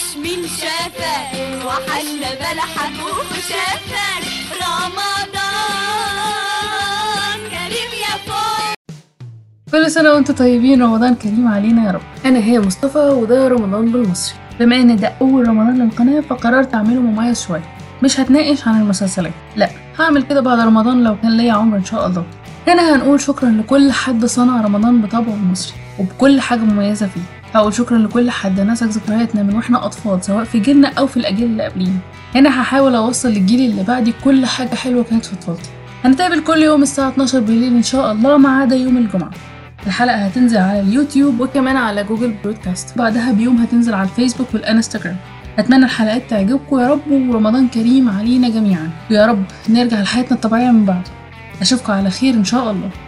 من شافك وحشنا بلحك وخشافك. رمضان كريم يا فوق. كل سنة وانتم طيبين، رمضان كريم علينا يا رب. أنا هي مصطفى وده رمضان بالمصري. بما إن ده أول رمضان للقناة فقررت أعمله مميز شوية، مش هتناقش عن المسلسلات، لأ هعمل كده بعد رمضان لو كان ليا عمر إن شاء الله. هنا هنقول شكرا لكل حد صنع رمضان بطبعه المصري وبكل حاجة مميزة فيه. هقول شكرا لكل حد نسك ذكرياتنا من واحنا أطفال سواء في جيلنا أو في الأجيال اللي قبلينا. هنا هحاول أوصل للجيل اللي بعدي كل حاجة حلوة كانت في طفولتي. هنتقابل كل يوم الساعة 12 بالليل إن شاء الله ما عدا يوم الجمعة. الحلقة هتنزل على اليوتيوب وكمان على جوجل برودكاست، بعدها بيوم هتنزل على الفيسبوك والانستجرام. أتمنى الحلقات تعجبكم يا رب، ورمضان كريم علينا جميعا، ويا رب نرجع لحياتنا الطبيعية من بعده. أشوفكم على خير إن شاء الله.